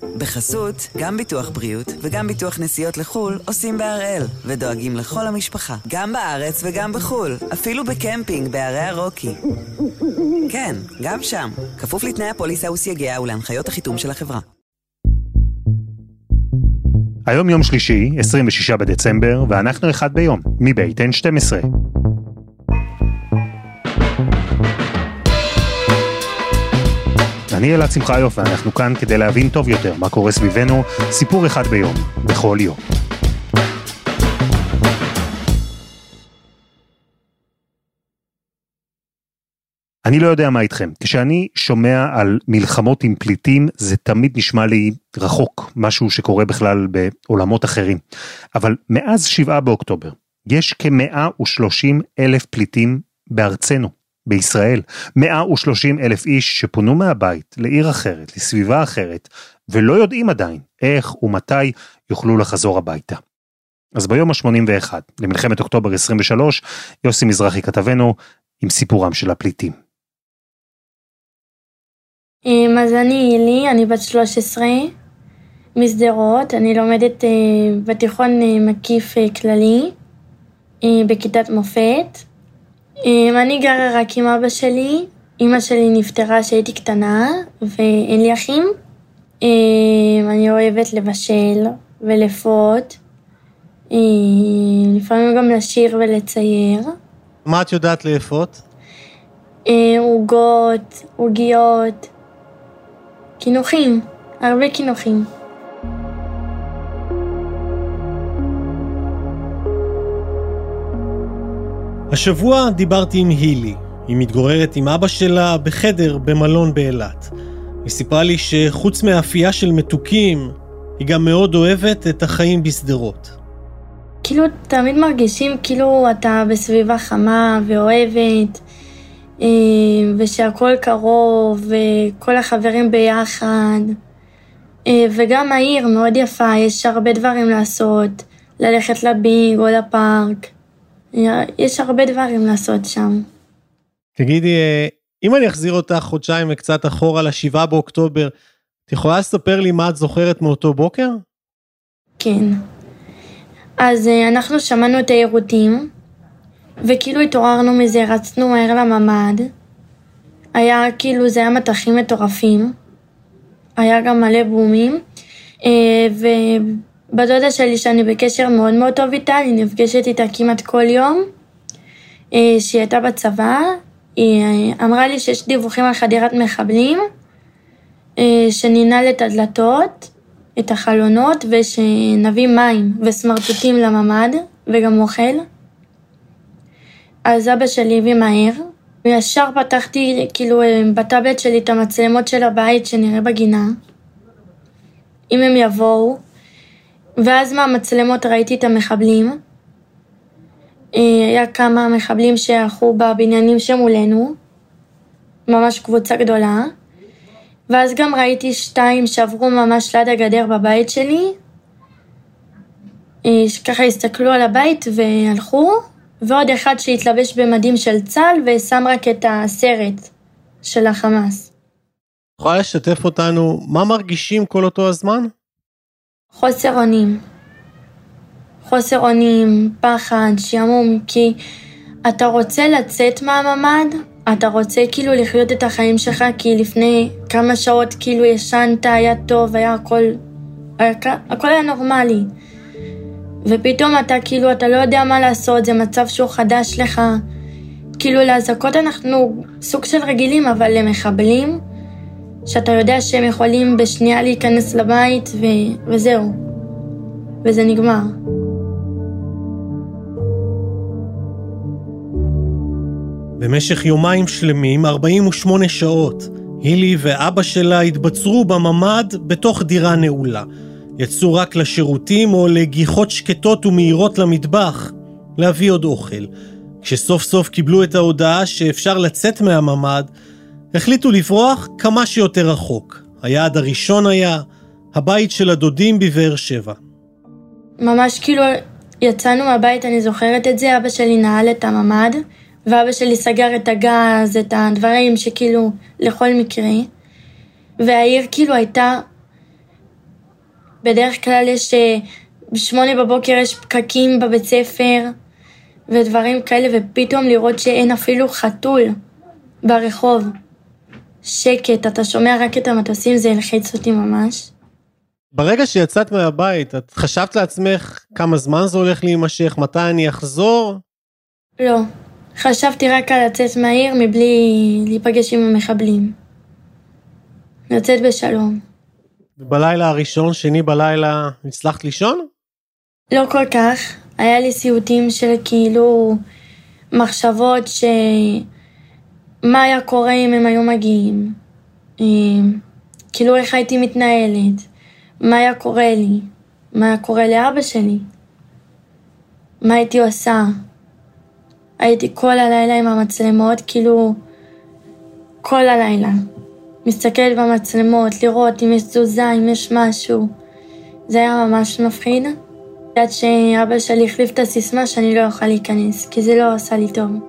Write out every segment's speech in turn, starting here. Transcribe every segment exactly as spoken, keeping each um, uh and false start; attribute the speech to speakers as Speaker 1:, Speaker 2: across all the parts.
Speaker 1: בחסות, גם ביטוח בריאות וגם ביטוח נסיעות לחול עושים בהראל, ודואגים לכל המשפחה, גם בארץ וגם בחול, אפילו בקמפינג בערי הרוקי. כן, גם שם, כפוף לתנאי הפוליסה וסייגיה ולהנחיות החיתום של החברה.
Speaker 2: היום יום שלישי, עשרים ושישה בדצמבר, ואנחנו אחד ביום, מבית אן שתים עשרה. אני אלעד שמחיוף, ואנחנו כאן כדי להבין טוב יותר מה קורה סביבנו, סיפור אחד ביום, בכל יום. אני לא יודע מה איתכם, כשאני שומע על מלחמות עם פליטים, זה תמיד נשמע לי רחוק, משהו שקורה בכלל בעולמות אחרים. אבל מאז שבעה באוקטובר, יש כ-מאה ושלושים אלף פליטים בארצנו, בישראל. מאה ושלושים אלף איש שפונו מהבית לעיר אחרת, לסביבה אחרת, ולא יודעים עדיין איך ומתי יוכלו לחזור הביתה. אז ביום ה-שמונים ואחת, למלחמת אוקטובר עשרים ושלוש, יוסי מזרחי כתבנו עם סיפורם של הפליטים.
Speaker 3: אז אני אילי, אני בת שלוש עשרה, מסדרות, אני לומדת בתיכון מקיף כללי, בכיתת מופת. אני גרה רק עם אבא שלי, אמא שלי נפטרה שהייתי קטנה ואין לי אחים. אני אוהבת לבשל ולפות, לפעמים גם לשיר ולצייר.
Speaker 4: מה את יודעת לפות?
Speaker 3: עוגות, עוגיות, כינוחים, הרבה כינוחים.
Speaker 4: השבוע דיברתי עם הילי. היא מתגוררת עם אבא שלה בחדר במלון באילת. היא סיפרה לי שחוץ מהאפייה של מתוקים, היא גם מאוד אוהבת את החיים בסדרות.
Speaker 3: כאילו תמיד מרגישים כאילו אתה בסביבה חמה ואוהבת, ושהכל קרוב, וכל החברים ביחד. וגם העיר מאוד יפה, יש הרבה דברים לעשות, ללכת לביג או לפארק. יש הרבה דברים לעשות שם.
Speaker 4: תגידי, אם אני אחזיר אותך חודשיים וקצת אחורה לשבעה באוקטובר, את יכולה לספר לי מה את זוכרת מאותו בוקר?
Speaker 3: כן. אז אנחנו שמענו את העירותים, וכאילו התעוררנו מזה, רצנו מהר לממד. היה כאילו, זה היה מתחים מטורפים. היה גם מלא בומים. ובדודה שלי שאני בקשר מאוד מאוד טוב איתה, אני נפגשת איתה כמעט כל יום, שהיא הייתה בצבא. היא אמרה לי שיש דיווחים על חדירת מחבלים, שננעל את הדלתות, את החלונות, ושנביא מים וסמרטוטים לממד, וגם אוכל. אז אבא שלי הביא מהר, וישר פתחתי כאילו בטאבלט שלי את המצלמות של הבית שנראה בגינה, אם הם יבואו, ואז מהמצלמות ראיתי את המחבלים. היה כמה מחבלים שהלכו בבניינים שמולנו, ממש קבוצה גדולה, ואז גם ראיתי שתיים שעברו ממש ליד הגדר בבית שלי, שככה הסתכלו על הבית והלכו, ועוד אחד שהתלבש במדים של צה"ל ושם רק את הסרט של החמאס.
Speaker 4: יכולה לשתף אותנו, מה מרגישים כל אותו הזמן?
Speaker 3: חוסר אונים. חוסר אונים, פחד, שעמום, כי אתה רוצה לצאת מהממד, אתה רוצה כאילו לחיות את החיים שלך, כי לפני כמה שעות כאילו ישנת, היה טוב, היה הכל, היה, הכל היה נורמלי. ופתאום אתה כאילו, אתה לא יודע מה לעשות, זה מצב שהוא חדש לך. כאילו להזקות אנחנו סוג של רגילים, אבל למחבלים, שאתה יודע שהם יכולים בשנייה להיכנס לבית, ו... וזהו. וזה נגמר.
Speaker 4: במשך יומיים שלמים, ארבעים ושמונה שעות, הילי ואבא שלה התבצרו בממד בתוך דירה נעולה. יצאו רק לשירותים או לגיחות שקטות ומהירות למטבח, להביא עוד אוכל. כשסוף סוף קיבלו את ההודעה שאפשר לצאת מהממד, החליטו לברוח כמה שיותר רחוק. היעד הראשון היה הבית של הדודים בבאר שבע.
Speaker 3: ממש כאילו יצאנו מהבית, אני זוכרת את זה, אבא שלי נעל את הממד, ואבא שלי סגר את הגז, את הדברים שכאילו לכל מקרה, והעיר כאילו הייתה בדרך כלל יש, בשמונה בבוקר יש פקקים בבית ספר, ודברים כאלה, ופתאום לראות שאין אפילו חתול ברחוב. שקט, אתה שומע רק את המטוסים, זה הלחיץ אותי ממש.
Speaker 4: ברגע שיצאת מהבית, את חשבת לעצמך כמה זמן זה הולך להימשך, מתי אני אחזור?
Speaker 3: לא, חשבתי רק על לצאת מהעיר מבלי להיפגש עם המחבלים. לצאת בשלום.
Speaker 4: ובלילה הראשון, שני בלילה, הצלחת לישון?
Speaker 3: לא כל כך. היה לי סיוטים של כאילו מחשבות ש... מה היה קורה אם הם היו מגיעים. כאילו איך הייתי מתנהלת. מה היה קורה לי. מה היה קורה לאבא שלי. מה הייתי עושה. הייתי כל הלילה עם המצלמות, כאילו כל הלילה. מסתכלת במצלמות, לראות אם יש תזוזה, אם יש משהו. זה היה ממש מפחיד. עד שאבא שלי החליף את הסיסמה שאני לא אוכל להיכנס, כי זה לא עשה לי טוב.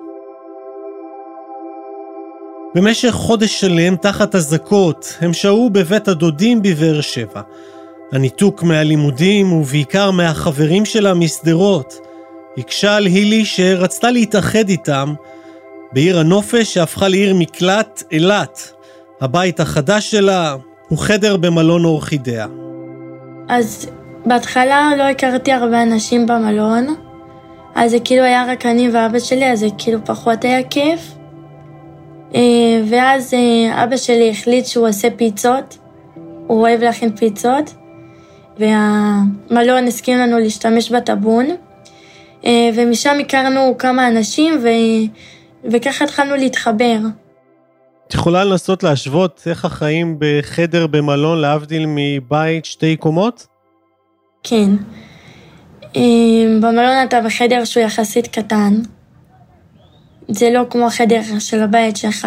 Speaker 4: במשך חודש שלם תחת הזקות, הם שהו בבית הדודים בבאר שבע. הניתוק מהלימודים ובעיקר מהחברים שלה מסדרות, הקשה על הילי שרצתה להתאחד איתם בעיר הנופש שהפכה לעיר מקלט אילת. הבית החדש שלה הוא חדר במלון אורחידאה.
Speaker 3: אז בהתחלה לא הכרתי הרבה אנשים במלון, אז זה כאילו היה רק אני ואבא שלי, אז זה כאילו פחות היה כיף. ואז אבא שלי החליט שהוא עושה פיצות, הוא אוהב להכין פיצות, והמלון הסכים לנו להשתמש בטאבון, ומשם הכרנו כמה אנשים, ו... וככה התחלנו להתחבר.
Speaker 4: את יכולה לנסות להשוות איך החיים בחדר במלון להבדיל מבית שתי קומות?
Speaker 3: כן. במלון אתה בחדר שהוא יחסית קטן. זה לא כמו החדר של הבית שלך.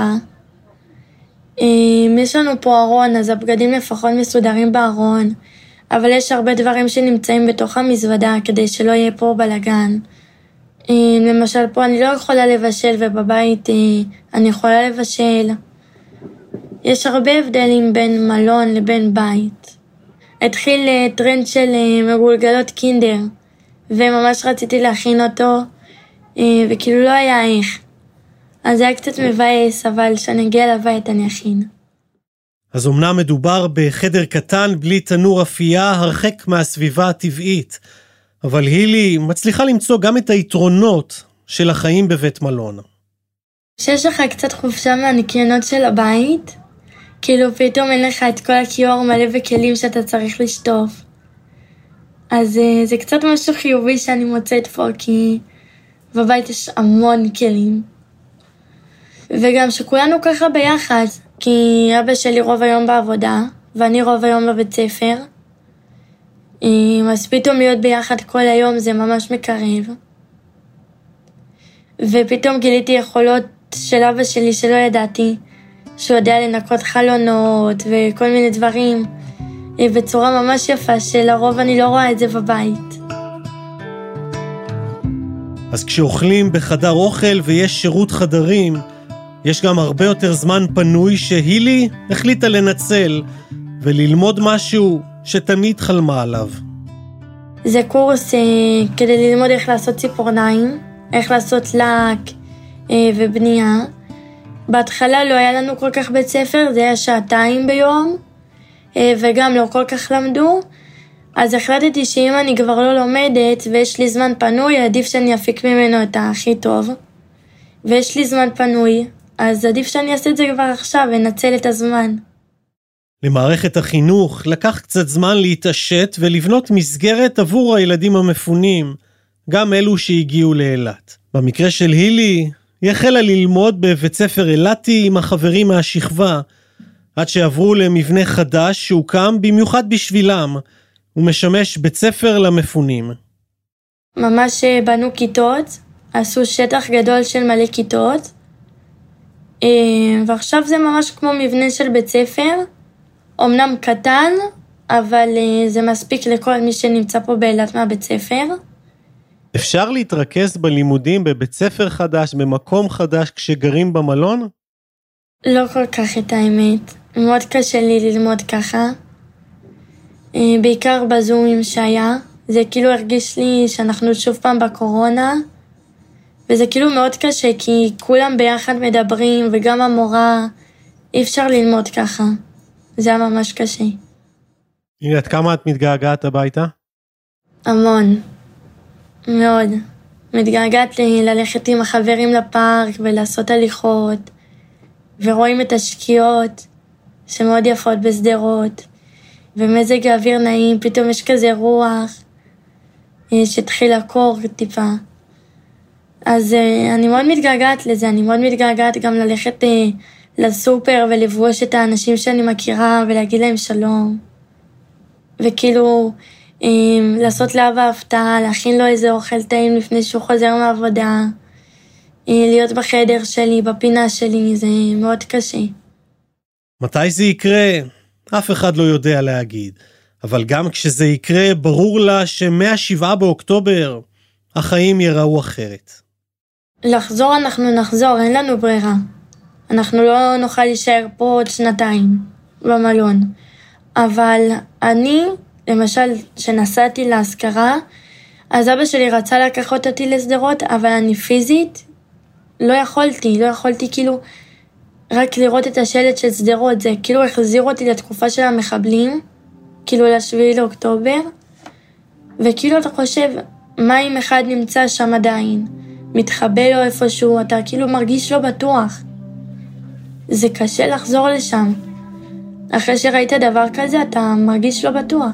Speaker 3: יש לנו פה ארון, אז הבגדים לפחות מסודרים בארון, אבל יש הרבה דברים שנמצאים בתוך המזוודה כדי שלא יהיה פה בלגן. למשל פה אני לא יכולה לבשל ובבית אני יכולה לבשל. יש הרבה הבדלים בין מלון לבין בית. התחיל טרנד של מגולגלות קינדר, וממש רציתי להכין אותו, וכאילו לא היה איך. אז זה היה קצת מבאס, אבל כשנגיע לבית אני אכין.
Speaker 4: אז אמנם מדובר בחדר קטן בלי תנור אפייה הרחק מהסביבה הטבעית, אבל הילי מצליחה למצוא גם את היתרונות של החיים בבית מלון.
Speaker 3: שיש לך קצת חופשה מהניקיונות של הבית, כאילו פתאום אין לך את כל הכיור מלא בכלים שאתה צריך לשטוף. אז זה קצת משהו חיובי שאני מוצאת פה, כי בבית יש המון כלים. וגם שכולנו ככה ביחד, כי אבא שלי רוב היום בעבודה, ואני רוב היום בבית ספר. אז פתאום להיות ביחד כל היום זה ממש מקרב. ופתאום גיליתי יכולות של אבא שלי שלא ידעתי, שהוא יודע לנקות חלונות וכל מיני דברים, בצורה ממש יפה שלרוב אני לא רואה את זה בבית.
Speaker 4: אז כשאוכלים בחדר אוכל ויש שירות חדרים, יש גם הרבה יותר זמן פנוי שהילי החליטה לנצל וללמוד משהו שתמיד חלמה עליו.
Speaker 3: זה קורס אה, כדי ללמוד איך לעשות ציפורניים, איך לעשות לק אה, ובנייה. בהתחלה לא היה לנו כל כך בית ספר, זה היה שעתיים ביום, אה, וגם לא כל כך למדו. אז החלטתי שאם אני כבר לא לומדת ויש לי זמן פנוי, עדיף שאני אפיק ממנו את הכי טוב. ויש לי זמן פנוי, אז עדיף שאני אעשה את זה כבר עכשיו ונצל את הזמן.
Speaker 4: למערכת החינוך לקח קצת זמן להתעשת ולבנות מסגרת עבור הילדים המפונים, גם אלו שהגיעו לאילת. במקרה של הילי, היא החלה ללמוד בבית ספר אילתי עם החברים מהשכבה, עד שעברו למבנה חדש שהוקם במיוחד בשבילם, ומשמש בית ספר למפונים.
Speaker 3: ממש בנו כיתות, עשו שטח גדול של מלא כיתות, ועכשיו זה ממש כמו מבנה של בית ספר, אמנם קטן, אבל זה מספיק לכל מי שנמצא פה באילת מהבית ספר.
Speaker 4: אפשר להתרכז בלימודים בבית ספר חדש, במקום חדש, כשגרים במלון?
Speaker 3: לא כל כך את האמת. מאוד קשה לי ללמוד ככה. בעיקר בזומים שהיה. זה כאילו הרגיש לי שאנחנו שוב פעם בקורונה, וזה כאילו מאוד קשה, כי כולם ביחד מדברים, וגם המורה, אי אפשר ללמוד ככה. זה היה ממש קשה.
Speaker 4: הנה, עד כמה את מתגעגעת הביתה?
Speaker 3: המון. מאוד. מתגעגעת לי ללכת עם החברים לפארק ולעשות הליכות, ורואים את השקיעות שמאוד יפות בסדרות, ומזג האוויר נעים, פתאום יש כזה רוח שהתחיל לקור טיפה. אז אני מאוד מתגעגעת לזה, אני מאוד מתגעגעת גם ללכת לסופר ולבוש את האנשים שאני מכירה ולהגיד להם שלום. וכאילו לעשות לאבא הפתעה, להכין לו איזה אוכל טעים לפני שהוא חוזר מעבודה, להיות בחדר שלי, בפינה שלי, זה מאוד קשה.
Speaker 4: מתי זה יקרה? אף אחד לא יודע להגיד. אבל גם כשזה יקרה, ברור לה שמהשבעה באוקטובר החיים יראו אחרת.
Speaker 3: לחזור אנחנו נחזור, אין לנו ברירה. אנחנו לא נוכל להישאר פה עוד שנתיים במלון. אבל אני, למשל, שנסעתי להשכרה, אז אבא שלי רצה לקחת אותי לסדרות, אבל אני פיזית לא יכולתי, לא יכולתי כאילו רק לראות את השלט של סדרות, זה כאילו החזיר אותי לתקופה של המחבלים, כאילו לשביעי לאוקטובר, וכאילו אתה חושב, מה אם אחד נמצא שם עדיין, מתחבא לו איפשהו, אתה כאילו מרגיש לא בטוח. זה קשה לחזור לשם. אחרי שראית דבר כזה, אתה מרגיש לא בטוח.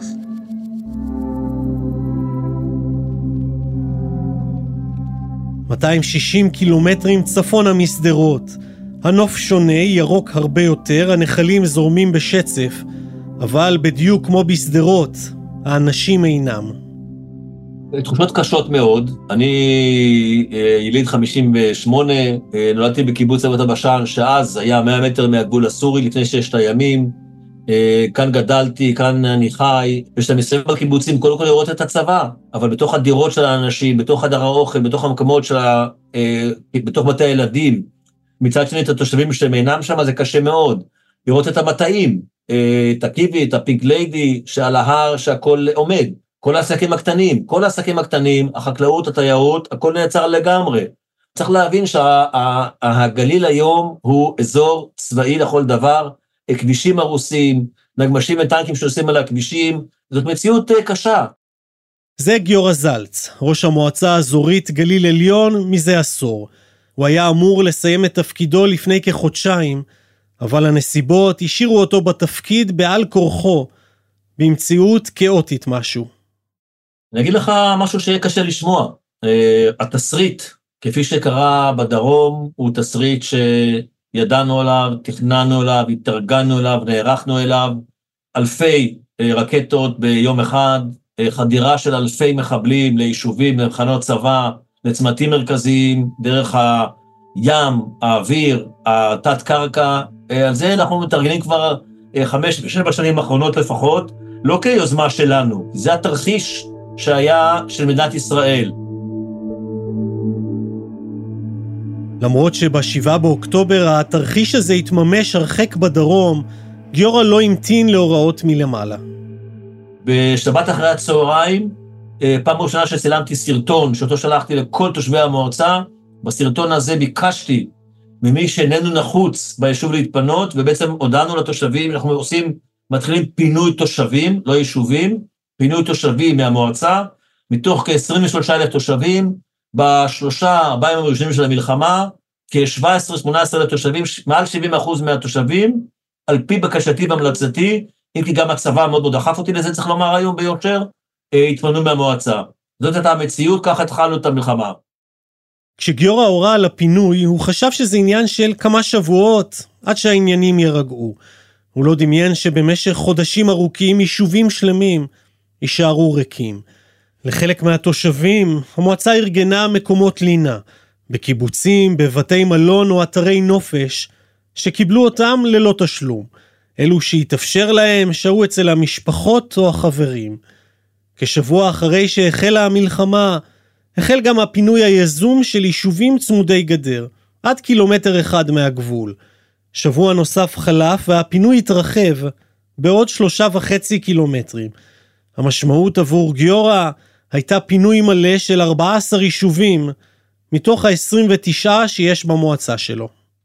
Speaker 4: מאתיים ושישים קילומטרים צפונה משדרות. הנוף שונה, ירוק הרבה יותר, הנחלים זורמים בשצף, אבל בדיוק כמו בשדרות, האנשים אינם.
Speaker 5: תחושות קשות מאוד. אני יליד חמישים ושמונה, נולדתי בקיבוץ נאות הבשן, שאז היה מאה מטר מהגבול הסורי לפני ששת הימים. כאן גדלתי, כאן אני חי, ושאתה מסתובב בקיבוצים, קודם כל לראות את הצבא, אבל בתוך הדירות של האנשים, בתוך חדר האוכל, בתוך המקומות של ה... בתוך בתי הילדים, מצד שני את התושבים שהם אינם שם, זה קשה מאוד. לראות את המטעים, את הקיבי, את הפיג ליידי, שעל ההר שהכל עומד, כל העסקים הקטנים, כל העסקים הקטנים, החקלאות, התיירות, הכל נעצר לגמרי. צריך להבין שהגליל היום הוא אזור צבאי לכל דבר, כבישים הרוסים, נגמשים וטנקים שנוסעים על הכבישים, זאת מציאות קשה.
Speaker 4: זה גיורא זלץ, ראש המועצה האזורית גליל עליון מזה עשור. הוא היה אמור לסיים את תפקידו לפני כחודשיים, אבל הנסיבות השאירו אותו בתפקיד בעל כורחו, במציאות כאוטית משהו.
Speaker 5: אני אגיד לך משהו שיהיה קשה לשמוע. התסריט, כפי שקרה בדרום, הוא תסריט שידענו עליו, תכננו עליו, התארגנו עליו, נערכנו אליו, אלפי רקטות ביום אחד, חדירה של אלפי מחבלים ליישובים, למחנות צבא, לצמתים מרכזיים, דרך הים, האוויר, התת קרקע, על זה אנחנו מתארגנים כבר חמש ושבע שנים האחרונות לפחות, לא כיוזמה שלנו, זה התרחיש שהיה של מדינת ישראל.
Speaker 4: למרות שבשבעה באוקטובר התרחיש הזה התממש הרחק בדרום, גיורא לא המתין להוראות מלמעלה.
Speaker 5: בשבת אחרי הצהריים, פעם ראשונה שצילמתי סרטון, שאותו שלחתי לכל תושבי המועצה, בסרטון הזה ביקשתי ממי שאיננו נחוץ ביישוב להתפנות, ובעצם הודענו לתושבים, אנחנו עושים, מתחילים פינוי תושבים, לא יישובים, פינוי תושבים מהמועצה, מתוך כ-עשרים ושלושה אלף תושבים, בשלושה, ארבעה ימים הראשונים של המלחמה, כ-שבע עשרה שמונה עשרה אלף תושבים, מעל שבעים אחוז מהתושבים, על פי בקשתי והמלצתי, אם כי גם הצבא מאוד מאוד דחף אותי לזה, צריך לומר היום ביושר, התפנו מהמועצה. זאת הייתה המציאות, ככה התחלנו את המלחמה.
Speaker 4: כשגיורא הורה על הפינוי, הוא חשב שזה עניין של כמה שבועות, עד שהעניינים ירגעו. הוא לא דמיין שבמשך חודשים ארוכים, יישובים שלמים יישארו ריקים. לחלק מהתושבים, המועצה ארגנה מקומות לינה, בקיבוצים, בבתי מלון או אתרי נופש, שקיבלו אותם ללא תשלום. אלו שהתאפשר להם שהו אצל המשפחות או החברים. כשבוע אחרי שהחלה המלחמה, החל גם הפינוי היזום של יישובים צמודי גדר, עד קילומטר אחד מהגבול. שבוע נוסף חלף והפינוי התרחב בעוד שלושה וחצי קילומטרים. המשמעות עבור גיורא הייתה פינוי מלא של ארבעה עשר יישובים, מתוך ה-עשרים ותשע שיש במועצה שלו.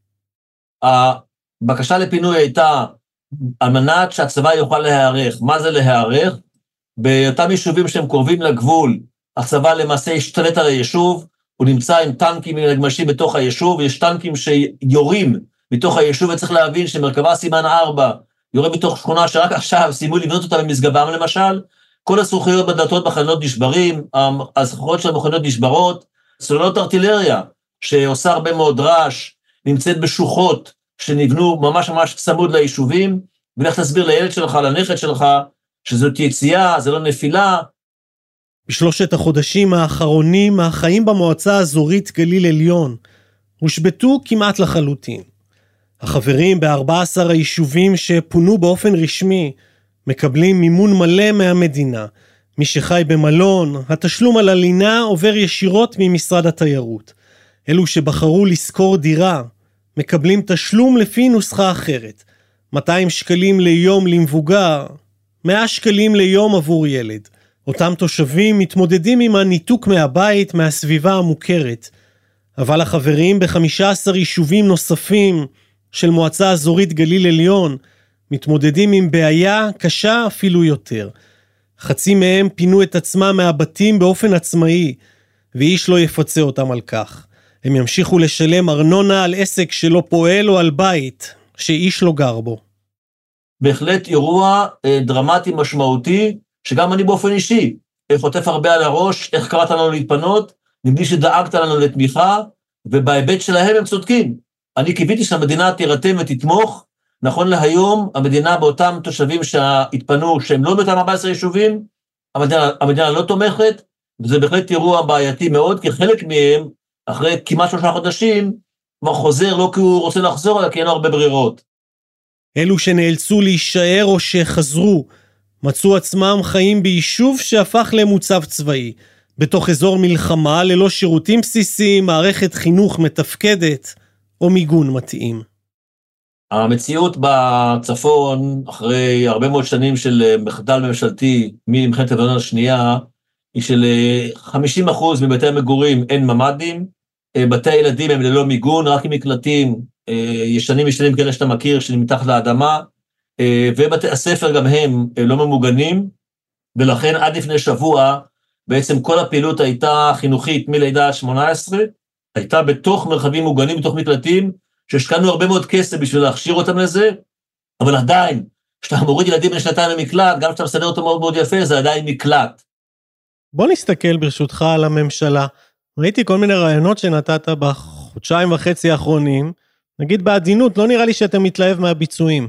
Speaker 5: הבקשה לפינוי הייתה על מנת שהצבא יוכל להיערך. מה זה להיערך? באותם יישובים שהם קרובים לגבול, הצבא למעשה השתלט על היישוב, הוא נמצא עם טנקים ונגמשים בתוך היישוב, יש טנקים שיורים בתוך היישוב, וצריך להבין שמרכבה סימן ארבע, יורה בתוך שכונה שרק עכשיו סיימו לבנות אותה במסגבם למשל, כל הזכוכיות בדלתות בחנות נשברים, הזכוכיות של המכוניות נשברות, סוללות ארטילריה שעושה הרבה מאוד רעש, נמצאת בשוחות שנבנו ממש ממש צמוד ליישובים, ולך תסביר לילד שלך, לנכד שלך, שזאת יציאה, זה לא נפילה.
Speaker 4: בשלושת החודשים האחרונים, החיים במועצה האזורית גליל עליון הושבתו כמעט לחלוטין. החברים ב-ארבעה עשר היישובים שפונו באופן רשמי, מקבלים מימון מלא מהמדינה. מי שחי במלון, התשלום על הלינה עובר ישירות ממשרד התיירות. אלו שבחרו לשכור דירה, מקבלים תשלום לפי נוסחה אחרת. מאתיים שקלים ליום למבוגר, מאה שקלים ליום עבור ילד. אותם תושבים מתמודדים עם הניתוק מהבית, מהסביבה המוכרת. אבל החברים ב-חמישה עשר יישובים נוספים של מועצה אזורית גליל עליון, מתמודדים עם בעיה קשה אפילו יותר. חצי מהם פינו את עצמם מהבתים באופן עצמאי, ואיש לא יפצה אותם על כך. הם ימשיכו לשלם ארנונה על עסק שלא פועל או על בית שאיש לא גר בו.
Speaker 5: בהחלט אירוע אה, דרמטי משמעותי, שגם אני באופן אישי, חוטף הרבה על הראש, איך קראת לנו להתפנות, מבלי שדאגת לנו לתמיכה, ובהיבט שלהם הם צודקים. אני קיוויתי שהמדינה תירתם ותתמוך, נכון להיום, המדינה באותם תושבים שהתפנו, שהם לא באותם ארבעה עשר יישובים, המדינה, המדינה לא תומכת, וזה בהחלט אירוע בעייתי מאוד, כי חלק מהם, אחרי כמעט שלושה חודשים, כבר חוזר, לא כי הוא רוצה לחזור, אלא כי אין הרבה ברירות.
Speaker 4: אלו שנאלצו להישאר או שחזרו, מצאו עצמם חיים ביישוב שהפך למוצב צבאי, בתוך אזור מלחמה ללא שירותים בסיסיים, מערכת חינוך מתפקדת או מיגון מתאים.
Speaker 5: המציאות בצפון, אחרי הרבה מאוד שנים של מחדל ממשלתי, ממלחמת לבנון השנייה, היא של חמישים אחוז מבתי המגורים אין ממ"דים, בתי הילדים הם ללא מיגון, רק עם מקלטים, ישנים ישנים כאלה שאתה מכיר, שנמתח לאדמה, ובתי הספר גם הם לא ממוגנים, ולכן עד לפני שבוע, בעצם כל הפעילות הייתה חינוכית מלידה עד שמונה עשרה, הייתה בתוך מרחבים מוגנים, בתוך מקלטים, שהשקענו הרבה מאוד כסף בשביל להכשיר אותם לזה, אבל עדיין, כשאתה מוריד ילדים בין שנתיים למקלט, גם כשאתה מסדר אותו מאוד מאוד יפה, זה עדיין מקלט.
Speaker 4: בוא נסתכל ברשותך על הממשלה. ראיתי כל מיני רעיונות שנתת בחודשיים וחצי האחרונים, נגיד בעדינות, לא נראה לי שאתה מתלהב מהביצועים.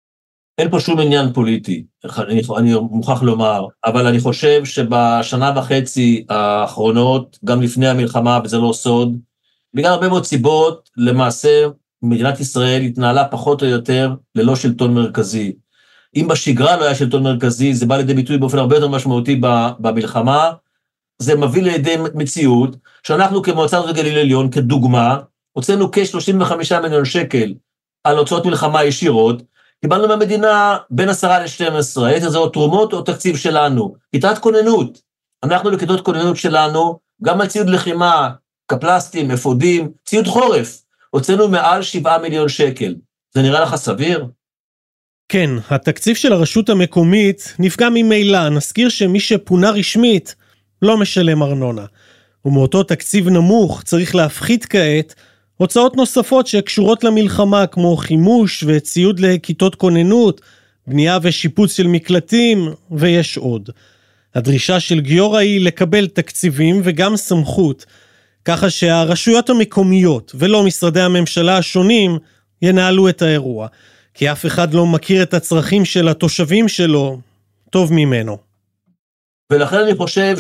Speaker 5: אין פה שום עניין פוליטי, אני, אני מוכרח לומר, אבל אני חושב שבשנה וחצי האחרונות, גם לפני המלחמה, וזה לא סוד, בגלל הרבה מאוד סיבות, למעשה מדינת ישראל התנהלה פחות או יותר ללא שלטון מרכזי. אם בשגרה לא היה שלטון מרכזי, זה בא לידי ביטוי באופן הרבה יותר משמעותי במלחמה, זה מביא לידי מציאות, שאנחנו כמועצה אזורית גליל עליון, כדוגמה, הוצאנו כ-שלושים וחמישה מיליון שקל על הוצאות מלחמה ישירות, קיבלנו מהמדינה בין עשרה ל-שתים עשרה, היתר זה או תרומות או תקציב שלנו, כיתת כוננות, אנחנו בכיתות כוננות שלנו, גם על ציוד לחימה, קפלסטים, אפודים, ציוד חורף, הוצאנו מעל שבעה מיליון שקל, זה נראה לך סביר?
Speaker 4: כן, התקציב של הרשות המקומית נפגע ממילא, נזכיר שמי שפונה רשמית לא משלם ארנונה, ומאותו תקציב נמוך צריך להפחית כעת, הוצאות נוספות שקשורות למלחמה, כמו חימוש וציוד לכיתות כוננות, בנייה ושיפוץ של מקלטים, ויש עוד. הדרישה של גיורא היא לקבל תקציבים וגם סמכות, ככה שהרשויות המקומיות ולא משרדי הממשלה השונים ינהלו את האירוע, כי אף אחד לא מכיר את הצרכים של התושבים שלו טוב ממנו.
Speaker 5: ולכן אני חושב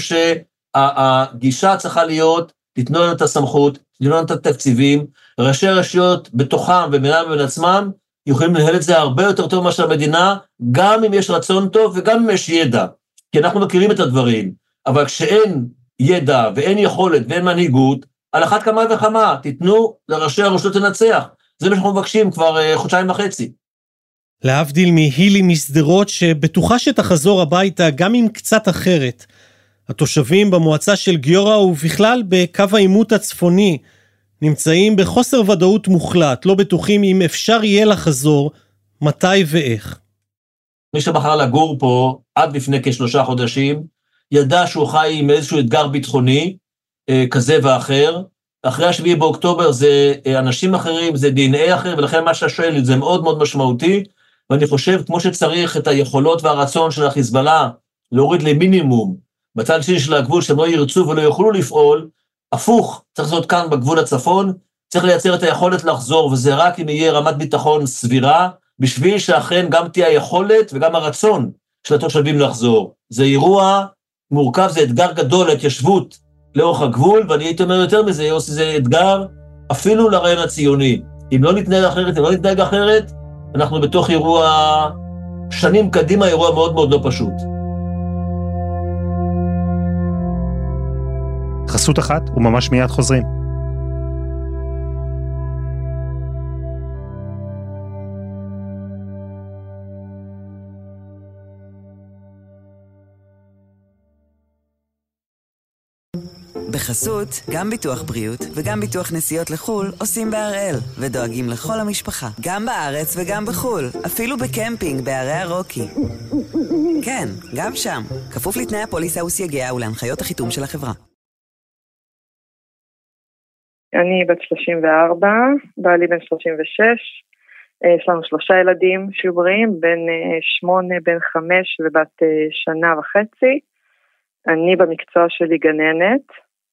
Speaker 5: שהגישה צריכה להיות, תתנו לנו את הסמכות, תתנו לנו את התקציבים, ראשי הרשויות בתוכם ובינם ובין עצמם, יכולים לנהל את זה הרבה יותר טוב מאשר המדינה, גם אם יש רצון טוב וגם אם יש ידע, כי אנחנו מכירים את הדברים, אבל כשאין ידע ואין יכולת ואין מנהיגות, על אחת כמה וכמה, תתנו לראשי הרשויות לנצח, זה מה שאנחנו מבקשים כבר חודשיים וחצי.
Speaker 4: להבדיל מהילי מסדרות שבטוחה שתחזור הביתה גם אם קצת אחרת. התושבים במועצה של גיורא ובכלל בקו העימות הצפוני נמצאים בחוסר ודאות מוחלט, לא בטוחים אם אפשר יהיה לחזור, מתי ואיך.
Speaker 5: מי שבחר לגור פה עד לפני כשלושה חודשים, ידע שהוא חי עם איזשהו אתגר ביטחוני אה, כזה ואחר. אחרי השביעי באוקטובר זה אה, אנשים אחרים, זה די אן איי אחר, ולכן מה ששואל זה מאוד מאוד משמעותי, ואני חושב כמו שצריך את היכולות והרצון של החיזבאללה להוריד למינימום, בצד שני של הגבול שהם לא ירצו ולא יוכלו לפעול, הפוך, צריך לעשות כאן בגבול הצפון, צריך לייצר את היכולת לחזור, וזה רק אם יהיה רמת ביטחון סבירה, בשביל שאכן גם תהיה היכולת וגם הרצון של התושבים לחזור. זה אירוע מורכב, זה אתגר גדול להתיישבות לאורך הגבול, ואני הייתי אומר יותר מזה, יוסי, זה אתגר אפילו לרעיון הציוני. אם לא נתנהג אחרת, אם לא נתנהג אחרת, אנחנו בתוך אירוע, שנים קדימה, אירוע מאוד מאוד לא פשוט.
Speaker 2: חסות אחת וממש מיד חוזרים.
Speaker 1: בחסות, גם ביטוח בריאות וגם ביטוח נסיעות לחול עושים בהראל ודואגים לכל המשפחה, גם בארץ וגם בחול, אפילו בקמפינג בערי הרוקי. כן, גם שם, כפוף לתנאי הפוליסה וסייגיה ולהנחיות החיתום של החברה.
Speaker 6: אני בת שלושים וארבע, בעלי בן שלושים ושש, יש לנו שלושה ילדים שיהיו בריאים, בן שמונה, בן חמש ובת שנה וחצי. אני במקצוע שלי גננת,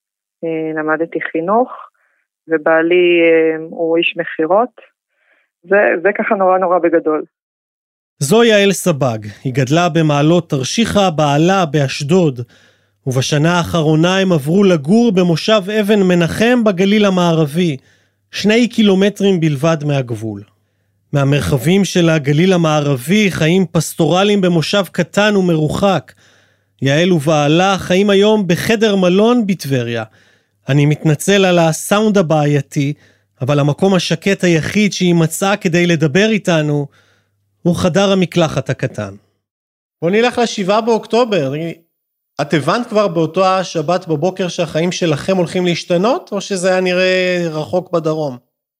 Speaker 6: למדתי חינוך, ובעלי הוא איש מחירות, זה, זה ככה נורא נורא בגדול.
Speaker 4: זו יעל סבג, היא גדלה במעלות תרשיחא, בעלה באשדוד, ובשנה האחרונה הם עברו לגור במושב אבן מנחם בגליל המערבי, שני קילומטרים בלבד מהגבול. מהמרחבים של הגליל המערבי חיים פסטורליים במושב קטן ומרוחק. יעל ובעלה חיים היום בחדר מלון בטבריה. אני מתנצל על הסאונד הבעייתי, אבל המקום השקט היחיד שהיא מצאה כדי לדבר איתנו הוא חדר המקלחת הקטן. בוא נלך לשבעה באוקטובר. את הבנת כבר באותו השבת בבוקר שהחיים שלכם הולכים להשתנות, או שזה היה נראה רחוק בדרום?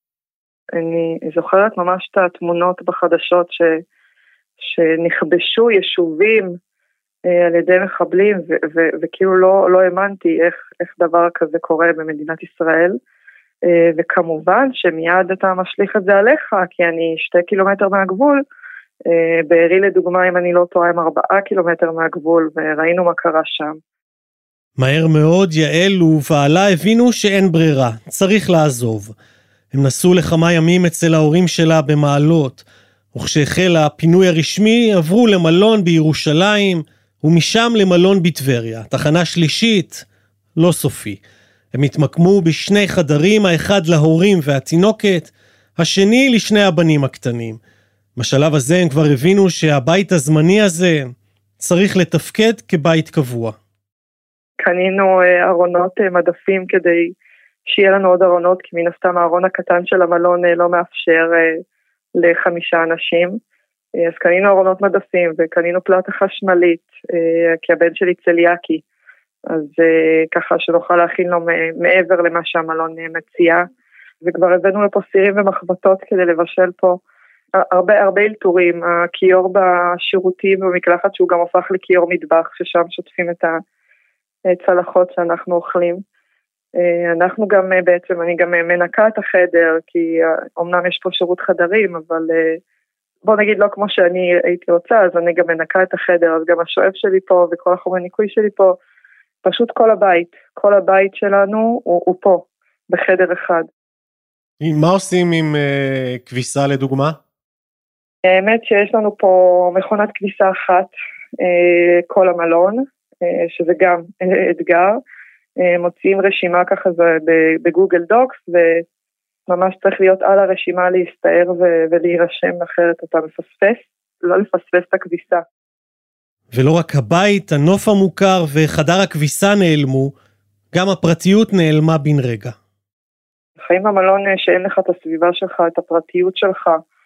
Speaker 6: אני זוכרת ממש את התמונות בחדשות ש... שנכבשו יישובים על ידי מחבלים, ו- ו- וכאילו לא, לא האמנתי איך, איך דבר כזה קורה במדינת ישראל, וכמובן שמיד אתה משליך את זה עליך, כי אני שתי קילומטר מהגבול, בערי לדוגמה, אם אני לא טועה, עם ארבעה קילומטר מהגבול, וראינו מה קרה שם.
Speaker 4: מהר מאוד יעל ובעלה הבינו שאין ברירה, צריך לעזוב. הם נסעו לכמה ימים אצל ההורים שלה במעלות, וכשהחל הפינוי הרשמי עברו למלון בירושלים, ומשם למלון בטבריה, תחנה שלישית, לא סופי. הם התמקמו בשני חדרים, האחד להורים והתינוקת, השני לשני הבנים הקטנים. בשלב הזה הם כבר הבינו שהבית הזמני הזה צריך לתפקד כבית קבוע.
Speaker 6: קנינו ארונות מדפים כדי שיהיה לנו עוד ארונות, כי מן הסתם הארון הקטן של המלון לא מאפשר לחמישה אנשים. אז קנינו ארונות מדפים וקנינו פלטה חשמלית, כי הבן שלי צליאקי, אז ככה שנוכל להכין לו מעבר למה שהמלון מציע, וכבר הבאנו לפה סירים ומחבטות כדי לבשל פה הרבה הרבה אלתורים, הכיור בשירותים במקלחת שהוא גם הופך לכיור מטבח, ששם שוטפים את הצלחות שאנחנו אוכלים. אנחנו גם בעצם, אני גם מנקה את החדר, כי אומנם יש פה שירות חדרים, אבל בוא נגיד לא כמו שאני הייתי רוצה, אז אני גם מנקה את החדר, אז גם השואב שלי פה וכל החומר ניקוי שלי פה, פשוט כל הבית, כל הבית שלנו הוא, הוא פה, בחדר אחד.
Speaker 4: מה עושים עם uh, כביסה לדוגמה?
Speaker 6: האמת שיש לנו פה מכונת כביסה אחת, uh, כל המלון, uh, שזה גם uh, אתגר, uh, מוציאים רשימה ככה זה בגוגל דוקס, וממש צריך להיות על הרשימה להסתער ו- ולהירשם, אחרת אתה מפספס, לא לפספס את הכביסה.
Speaker 4: ולא רק הבית, הנוף המוכר וחדר הכביסה נעלמו, גם הפרטיות נעלמה בן רגע.
Speaker 6: חיים במלון שאין לך את הסביבה שלך, את הפרטיות שלך,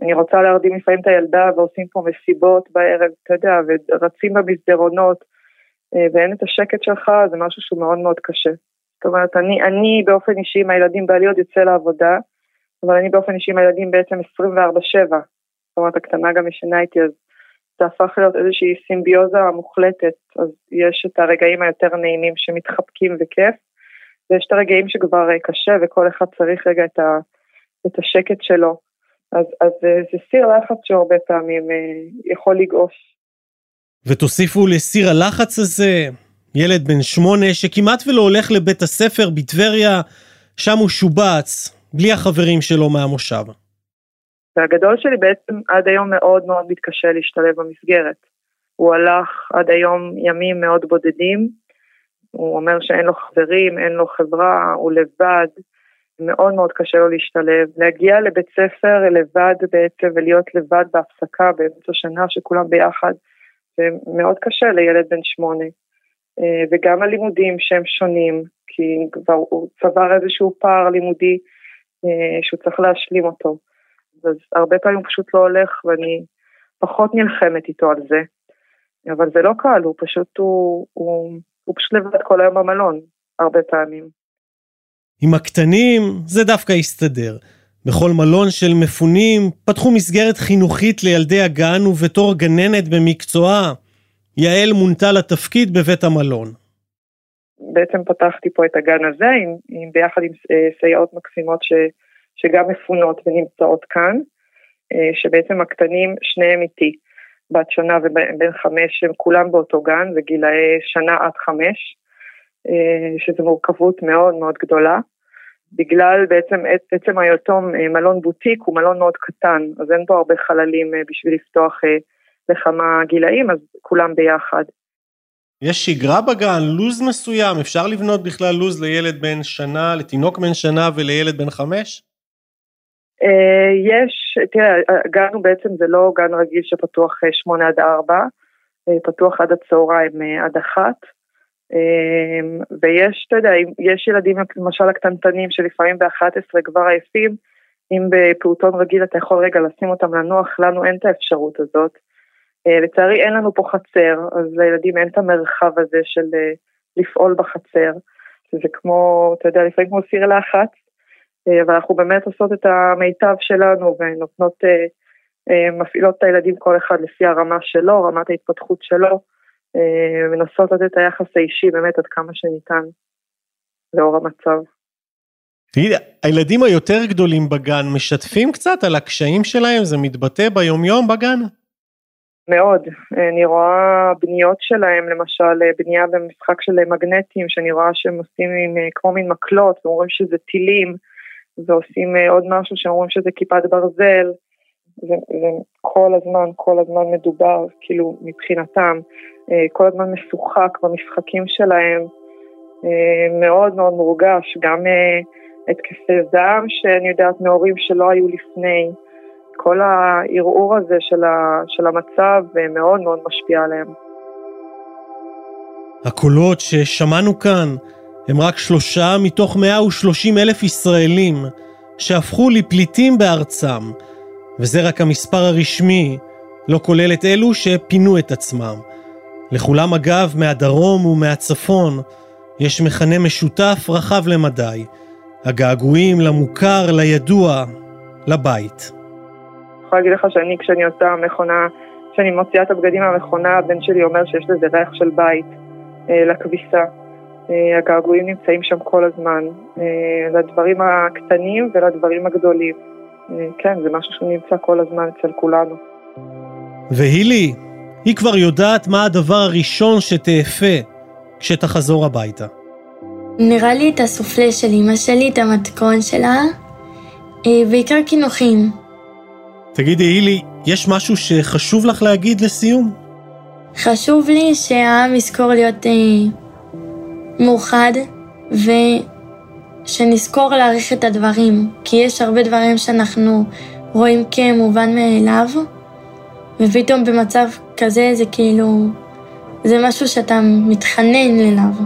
Speaker 6: אני רוצה להרדים לפעמים את הילדה, ועושים פה מסיבות בערב, אתה יודע, ורצים במסדרונות, ואין את השקט שלך, זה משהו שהוא מאוד מאוד קשה. זאת אומרת, אני, אני באופן אישי עם הילדים, בעלי עוד יוצא לעבודה, אבל אני באופן אישי עם הילדים בעצם עשרים וארבע שבע. זאת אומרת, הקטנה גם ישנה איתי, אז זה הפך להיות איזושהי סימביוזה מוחלטת, אז יש את הרגעים היותר נעימים שמתחבקים וכיף, ויש את הרגעים שכבר קשה, וכל אחד צריך רגע את, ה, את השקט שלו. אז, אז זה סיר לחץ שהרבה פעמים יכול לגעוש.
Speaker 4: ותוסיפו לסיר הלחץ הזה, ילד בן שמונה שכמעט ולא הולך לבית הספר בטבריה, שם הוא שובץ, בלי החברים שלו מהמושב.
Speaker 6: והגדול שלי בעצם עד היום מאוד מאוד מתקשה להשתלב במסגרת. הוא הלך עד היום ימים מאוד בודדים, הוא אומר שאין לו חברים, אין לו חברה, הוא לבד, מאוד מאוד קשה לו להשתלב. להגיע לבית ספר לבד בעצם ולהיות לבד בהפסקה באמצע שנה שכולם ביחד, זה מאוד קשה לילד בן שמונה. וגם הלימודים שהם שונים, כי כבר הוא צבר איזשהו פער לימודי שהוא צריך להשלים אותו. אז הרבה פעמים הוא פשוט לא הולך, ואני פחות נלחמת איתו על זה. אבל זה לא קל, הוא פשוט, הוא, הוא, הוא פשוט לבד כל היום במלון, הרבה פעמים.
Speaker 4: עם הקטנים זה דווקא יסתדר. בכל מלון של מפונים פתחו מסגרת חינוכית לילדי הגן, ובתור גננת במקצועה, יעל מונתה לתפקיד בבית המלון.
Speaker 6: בעצם פתחתי פה את הגן הזה, עם, עם, ביחד עם סייעות מקסימות ש, שגם מפונות ונמצאות כאן, שבעצם הקטנים שניהם איתי, בת שנה ובין חמש, הם כולם באותו גן, זה גילאי שנה עד חמש, שזו מורכבות מאוד מאוד גדולה, בגלל בעצם עצם היותו מלון בוטיק, הוא מלון מאוד קטן, אז אין פה הרבה חללים בשביל לפתוח לכמה גילאים, אז כולם ביחד.
Speaker 4: יש שגרה בגן, לוז מסוים, אפשר לבנות בכלל לוז לילד בן שנה, לתינוק בן שנה ולילד בן חמש?
Speaker 6: יש, תראה, הגן הוא בעצם זה לא גן רגיל שפתוח שמונה עד ארבע, פתוח עד הצהריים עד אחת, ויש, אתה יודע, יש ילדים למשל הקטנטנים שלפעמים ב-אחת עשרה כבר עייפים, אם בפעוטון רגיל אתה יכול רגע לשים אותם לנוח, לנו אין את האפשרות הזאת, לצערי אין לנו פה חצר, אז לילדים אין את המרחב הזה של לפעול בחצר, שזה כמו, אתה יודע, לפעמים כמו סיר לחץ, אבל אנחנו באמת עושות את המיטב שלנו, ונותנות, מפעילות את הילדים כל אחד לפי הרמה שלו, רמת ההתפתחות שלו, מנסות לתת את היחס האישי באמת עד כמה שניתן, לאור המצב.
Speaker 4: תגיד, הילדים היותר גדולים בגן משתפים קצת על הקשיים שלהם? זה מתבטא ביום יום בגן?
Speaker 6: מאוד, אני רואה בניות שלהם, למשל בנייה במשחק של מגנטים, שאני רואה שהם עושים עם, כמו מין מקלות, ואומרים שזה טילים, ועושים עוד משהו שאומרים שזה כיפת ברזל, וכל הזמן, כל הזמן מדובר, כאילו מבחינתם, כל הזמן משוחק במשחקים שלהם, מאוד מאוד מורגש, גם התקפי זעם שאני יודעת מהורים שלא היו לפני, כל הערעור הזה של, ה, של המצב מאוד מאוד משפיע עליהם.
Speaker 4: הקולות ששמענו כאן הם רק שלושה מתוך מאה ושלושים אלף ישראלים שהפכו לפליטים בארצם, וזה רק המספר הרשמי, לא כולל את אלו שפינו את עצמם. לכולם אגב מהדרום ומהצפון יש מכנה משותף רחב למדי, הגעגועים למוכר, לידוע, לבית.
Speaker 6: אני יכולה להגיד לך שאני כשאני עושה מכונה, כשאני מוציאה את הבגדים מהמכונה, הבן שלי אומר שיש לזה ריח של בית לכביסה. הגעגועים נמצאים שם כל הזמן, לדברים הקטנים ולדברים הגדולים. כן, זה משהו שנמצא כל הזמן אצל כולנו.
Speaker 4: והילי, היא כבר יודעת מה הדבר הראשון שתאפה כשתחזור הביתה.
Speaker 3: נראה לי את הסופלה של אמא שלי, את המתכון שלה, בעיקר כינוחים.
Speaker 4: תגידי, הילי, יש משהו שחשוב לך להגיד לסיום?
Speaker 3: חשוב לי שהעם יזכור להיות אה, מאוחד, ושנזכור להעריך את הדברים, כי יש הרבה דברים שאנחנו רואים כמובן מאליו, ופתאום במצב כזה זה כאילו, זה משהו שאתה מתחנן אליו.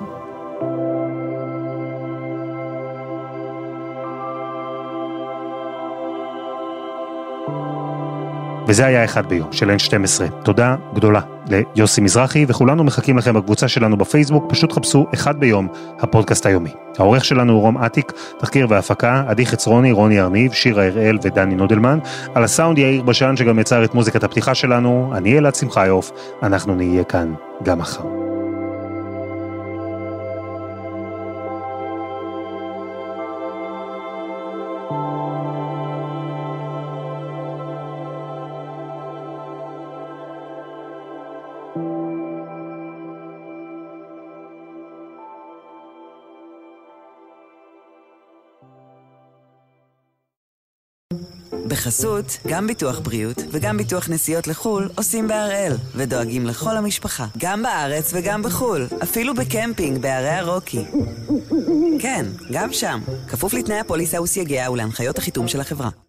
Speaker 2: וזה היה אחד ביום של אן שתים עשרה. תודה גדולה ליוסי מזרחי, וכולנו מחכים לכם בקבוצה שלנו בפייסבוק, פשוט חפשו אחד ביום, הפודקאסט היומי. העורך שלנו הוא רום עתיק, תחקיר והפקה, עדי חצרוני, רוני ארניב, שירה הראל ודני נודלמן, על הסאונד יאיר בשן שגם יצר את מוזיקת הפתיחה שלנו, אני אלעד שמחיוף, אנחנו נהיה כאן גם מחר.
Speaker 1: בחסות, גם ביטוח בריאות וגם ביטוח נסיעות לחול עושים בהראל ודואגים לכל המשפחה, גם בארץ וגם בחול, אפילו בקמפינג בערי הרוקי. כן, גם שם, כפוף לתנאי הפוליסה וסייגיה ולהנחיות החיתום של החברה.